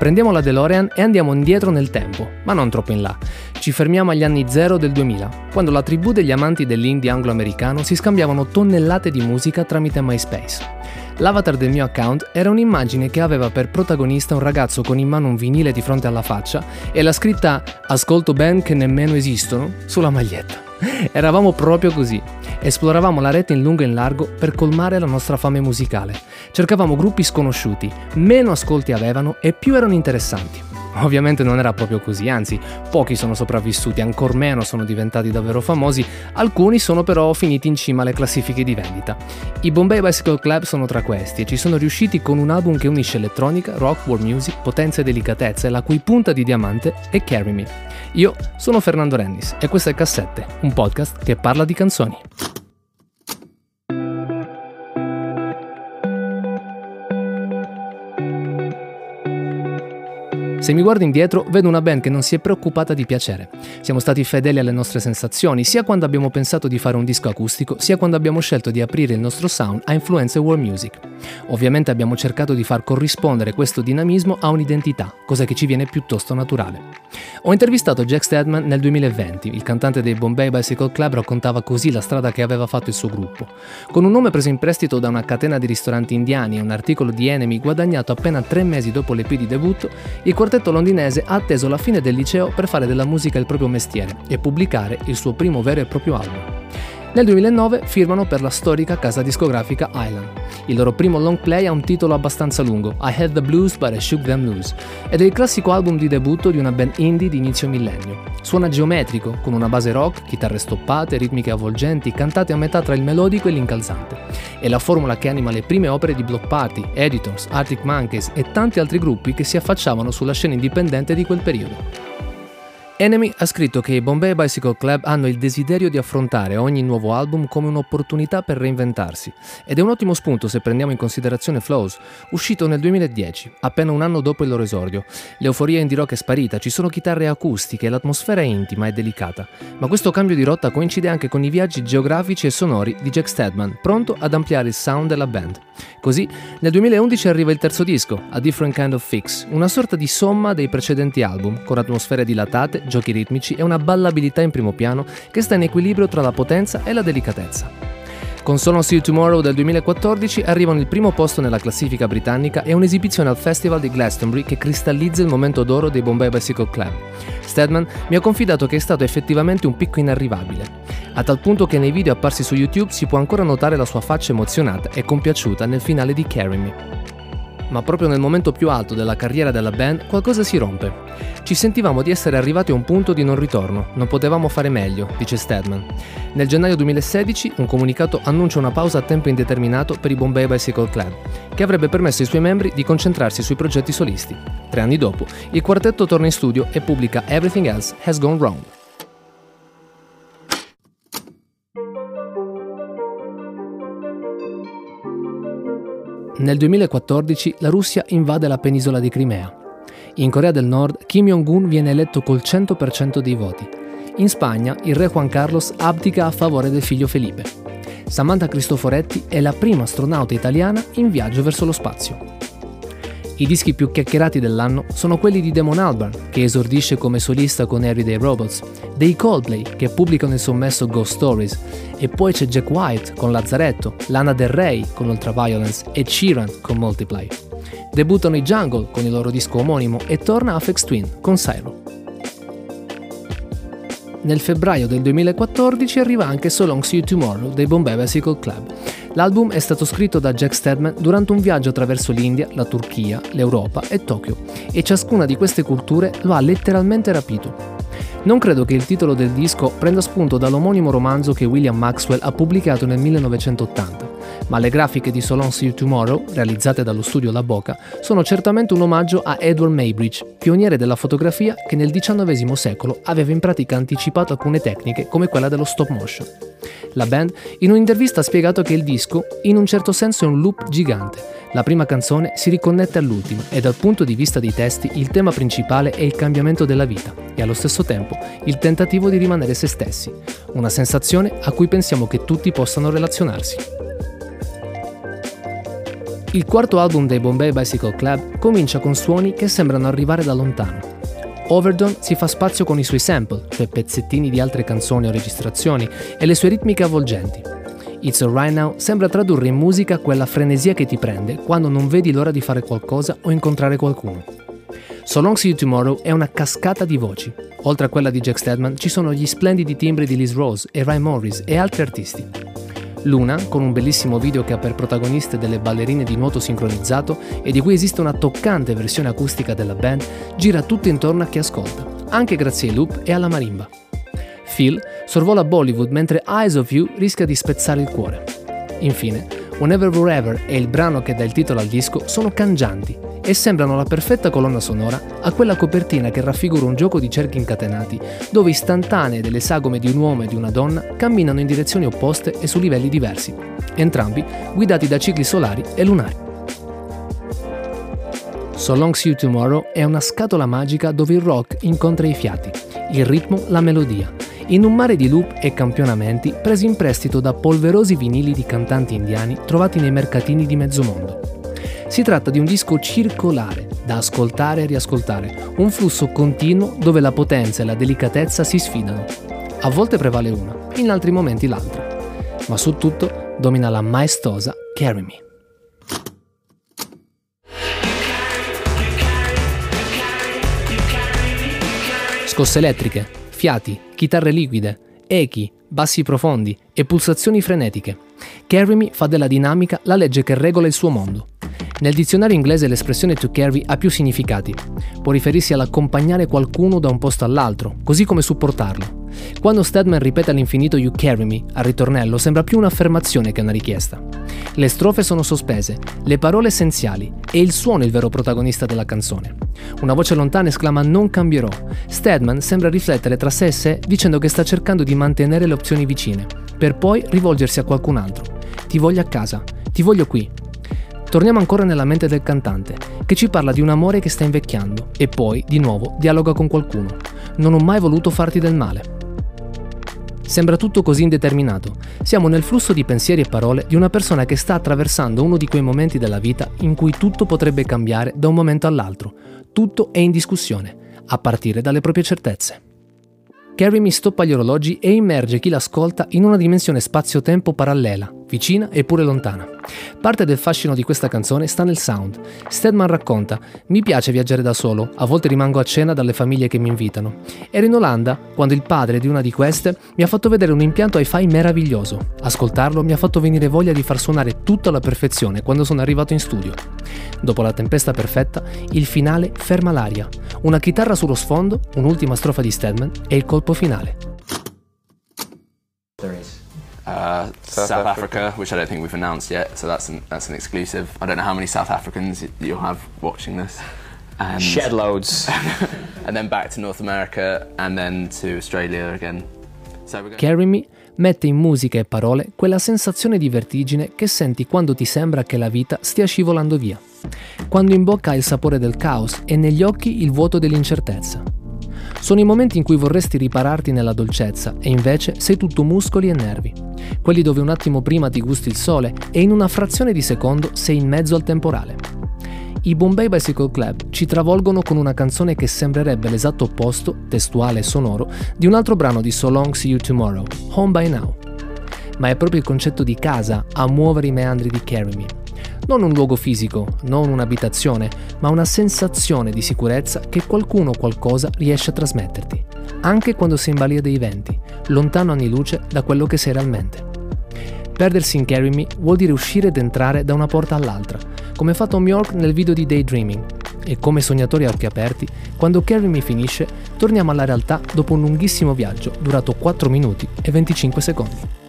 Prendiamo la DeLorean e andiamo indietro nel tempo, ma non troppo in là. Ci fermiamo agli anni 0 del 2000, quando la tribù degli amanti dell'indie anglo-americano si scambiavano tonnellate di musica tramite MySpace. L'avatar del mio account era un'immagine che aveva per protagonista un ragazzo con in mano un vinile di fronte alla faccia e la scritta "Ascolto band che nemmeno esistono" sulla maglietta. Eravamo proprio così. Esploravamo la rete in lungo e in largo per colmare la nostra fame musicale. Cercavamo gruppi sconosciuti, meno ascolti avevano e più erano interessanti. Ovviamente non era proprio così, anzi, pochi sono sopravvissuti, ancor meno sono diventati davvero famosi, alcuni sono però finiti in cima alle classifiche di vendita. I Bombay Bicycle Club sono tra questi e ci sono riusciti con un album che unisce elettronica, rock, world music, potenza e delicatezza e la cui punta di diamante è Carry Me. Io sono Fernando Rennis e questo è Cassette, un podcast che parla di canzoni. Se mi guardo indietro, vedo una band che non si è preoccupata di piacere. Siamo stati fedeli alle nostre sensazioni, sia quando abbiamo pensato di fare un disco acustico, sia quando abbiamo scelto di aprire il nostro sound a influenze world music. Ovviamente abbiamo cercato di far corrispondere questo dinamismo a un'identità, cosa che ci viene piuttosto naturale. Ho intervistato Jack Stedman nel 2020, il cantante dei Bombay Bicycle Club raccontava così la strada che aveva fatto il suo gruppo. Con un nome preso in prestito da una catena di ristoranti indiani e un articolo di Enemy guadagnato appena 3 mesi dopo l'EP di debutto, il quartetto londinese ha atteso la fine del liceo per fare della musica il proprio mestiere e pubblicare il suo primo vero e proprio album. Nel 2009 firmano per la storica casa discografica Island. Il loro primo long play ha un titolo abbastanza lungo, I Had the Blues but I Shook Them Loose, ed è il classico album di debutto di una band indie di inizio millennio. Suona geometrico, con una base rock, chitarre stoppate, ritmiche avvolgenti, cantate a metà tra il melodico e l'incalzante. È la formula che anima le prime opere di Bloc Party, Editors, Arctic Monkeys e tanti altri gruppi che si affacciavano sulla scena indipendente di quel periodo. Enemy ha scritto che i Bombay Bicycle Club hanno il desiderio di affrontare ogni nuovo album come un'opportunità per reinventarsi, ed è un ottimo spunto se prendiamo in considerazione Flows, uscito nel 2010, appena un anno dopo il loro esordio. L'euforia indie rock è sparita, ci sono chitarre acustiche e l'atmosfera è intima e delicata, ma questo cambio di rotta coincide anche con i viaggi geografici e sonori di Jack Stedman, pronto ad ampliare il sound della band. Così, nel 2011 arriva il terzo disco, A Different Kind of Fix, una sorta di somma dei precedenti album, con atmosfere dilatate, giochi ritmici e una ballabilità in primo piano che sta in equilibrio tra la potenza e la delicatezza. Con Solo See You Tomorrow del 2014 arrivano il primo posto nella classifica britannica e un'esibizione al Festival di Glastonbury che cristallizza il momento d'oro dei Bombay Bicycle Club. Stedman mi ha confidato che è stato effettivamente un picco inarrivabile, a tal punto che nei video apparsi su YouTube si può ancora notare la sua faccia emozionata e compiaciuta nel finale di Carry Me. Ma proprio nel momento più alto della carriera della band qualcosa si rompe. Ci sentivamo di essere arrivati a un punto di non ritorno, non potevamo fare meglio, dice Stedman. Nel gennaio 2016 un comunicato annuncia una pausa a tempo indeterminato per i Bombay Bicycle Club, che avrebbe permesso ai suoi membri di concentrarsi sui progetti solisti. 3 anni dopo, il quartetto torna in studio e pubblica Everything Else Has Gone Wrong. Nel 2014 la Russia invade la penisola di Crimea. In Corea del Nord Kim Jong-un viene eletto col 100% dei voti. In Spagna il re Juan Carlos abdica a favore del figlio Felipe. Samantha Cristoforetti è la prima astronauta italiana in viaggio verso lo spazio. I dischi più chiacchierati dell'anno sono quelli di Damon Albarn, che esordisce come solista con Everyday Robots, dei Coldplay, che pubblicano il sommesso Ghost Stories, e poi c'è Jack White con Lazzaretto, Lana Del Rey con Ultraviolence e Sheeran con Multiply. Debuttano i Jungle con il loro disco omonimo e torna Aphex Twin con Syro. Nel febbraio del 2014 arriva anche So Long See You Tomorrow dei Bombay Bicycle Club. L'album è stato scritto da Jack Stedman durante un viaggio attraverso l'India, la Turchia, l'Europa e Tokyo, e ciascuna di queste culture lo ha letteralmente rapito. Non credo che il titolo del disco prenda spunto dall'omonimo romanzo che William Maxwell ha pubblicato nel 1980, ma le grafiche di So Long See You Tomorrow, realizzate dallo studio La Boca, sono certamente un omaggio a Edward Muybridge, pioniere della fotografia che nel XIX secolo aveva in pratica anticipato alcune tecniche come quella dello stop motion. La band in un'intervista ha spiegato che il disco in un certo senso è un loop gigante. La prima canzone si riconnette all'ultima e dal punto di vista dei testi il tema principale è il cambiamento della vita e allo stesso tempo il tentativo di rimanere se stessi, una sensazione a cui pensiamo che tutti possano relazionarsi. Il quarto album dei Bombay Bicycle Club comincia con suoni che sembrano arrivare da lontano. Overdone si fa spazio con i suoi sample, cioè pezzettini di altre canzoni o registrazioni, e le sue ritmiche avvolgenti. It's Alright Now sembra tradurre in musica quella frenesia che ti prende quando non vedi l'ora di fare qualcosa o incontrare qualcuno. So Long See You Tomorrow è una cascata di voci. Oltre a quella di Jack Stedman ci sono gli splendidi timbri di Liz Rose e Ray Morris e altri artisti. Luna, con un bellissimo video che ha per protagoniste delle ballerine di nuoto sincronizzato e di cui esiste una toccante versione acustica della band, gira tutto intorno a chi ascolta, anche grazie ai loop e alla marimba. Phil sorvola Bollywood mentre Eyes of You rischia di spezzare il cuore. Infine, Whenever Forever e il brano che dà il titolo al disco sono cangianti e sembrano la perfetta colonna sonora a quella copertina che raffigura un gioco di cerchi incatenati, dove istantanee delle sagome di un uomo e di una donna camminano in direzioni opposte e su livelli diversi, entrambi guidati da cicli solari e lunari. So Long See You Tomorrow è una scatola magica dove il rock incontra i fiati, il ritmo, la melodia, in un mare di loop e campionamenti presi in prestito da polverosi vinili di cantanti indiani trovati nei mercatini di mezzo mondo. Si tratta di un disco circolare, da ascoltare e riascoltare, un flusso continuo dove la potenza e la delicatezza si sfidano. A volte prevale una, in altri momenti l'altra. Ma su tutto domina la maestosa Carry Me. Scosse elettriche, fiati, chitarre liquide, echi, bassi profondi e pulsazioni frenetiche. Carry Me fa della dinamica la legge che regola il suo mondo. Nel dizionario inglese l'espressione to carry ha più significati. Può riferirsi all'accompagnare qualcuno da un posto all'altro, così come supportarlo. Quando Stedman ripete all'infinito You carry me al ritornello sembra più un'affermazione che una richiesta. Le strofe sono sospese, le parole essenziali e il suono il vero protagonista della canzone. Una voce lontana esclama non cambierò. Stedman sembra riflettere tra sé e sé dicendo che sta cercando di mantenere le opzioni vicine, per poi rivolgersi a qualcun altro. Ti voglio a casa, ti voglio qui. Torniamo ancora nella mente del cantante, che ci parla di un amore che sta invecchiando e poi, di nuovo, dialoga con qualcuno. Non ho mai voluto farti del male. Sembra tutto così indeterminato. Siamo nel flusso di pensieri e parole di una persona che sta attraversando uno di quei momenti della vita in cui tutto potrebbe cambiare da un momento all'altro. Tutto è in discussione, a partire dalle proprie certezze. Carry Me stoppa gli orologi e immerge chi l'ascolta in una dimensione spazio-tempo parallela, vicina e pure lontana. Parte del fascino di questa canzone sta nel sound. Stedman racconta: mi piace viaggiare da solo, a volte rimango a cena dalle famiglie che mi invitano. Ero in Olanda quando il padre di una di queste mi ha fatto vedere un impianto hi-fi meraviglioso. Ascoltarlo mi ha fatto venire voglia di far suonare tutto alla perfezione quando sono arrivato in studio. Dopo la tempesta perfetta, il finale ferma l'aria. Una chitarra sullo sfondo, un'ultima strofa di Stedman e il colpo finale. South Africa, which I don't think we've announced yet, so that's an exclusive. I don't know how many South Africans you'll have watching this. Shed loads. And then back to North America, and then to Australia again. Carry Me mette in musica e parole quella sensazione di vertigine che senti quando ti sembra che la vita stia scivolando via, quando in bocca hai il sapore del caos e negli occhi il vuoto dell'incertezza. Sono i momenti in cui vorresti ripararti nella dolcezza e invece sei tutto muscoli e nervi, quelli dove un attimo prima ti gusti il sole e in una frazione di secondo sei in mezzo al temporale. I Bombay Bicycle Club ci travolgono con una canzone che sembrerebbe l'esatto opposto, testuale e sonoro, di un altro brano di So Long See You Tomorrow, Home by Now. Ma è proprio il concetto di casa a muovere i meandri di Carry Me. Non un luogo fisico, non un'abitazione, ma una sensazione di sicurezza che qualcuno o qualcosa riesce a trasmetterti, anche quando sei in balia dei venti, lontano anni luce da quello che sei realmente. Perdersi in Carry Me vuol dire uscire ed entrare da una porta all'altra, come fa Tom York nel video di Daydreaming, e come sognatori a occhi aperti, quando Carry Me finisce, torniamo alla realtà dopo un lunghissimo viaggio durato 4 minuti e 25 secondi.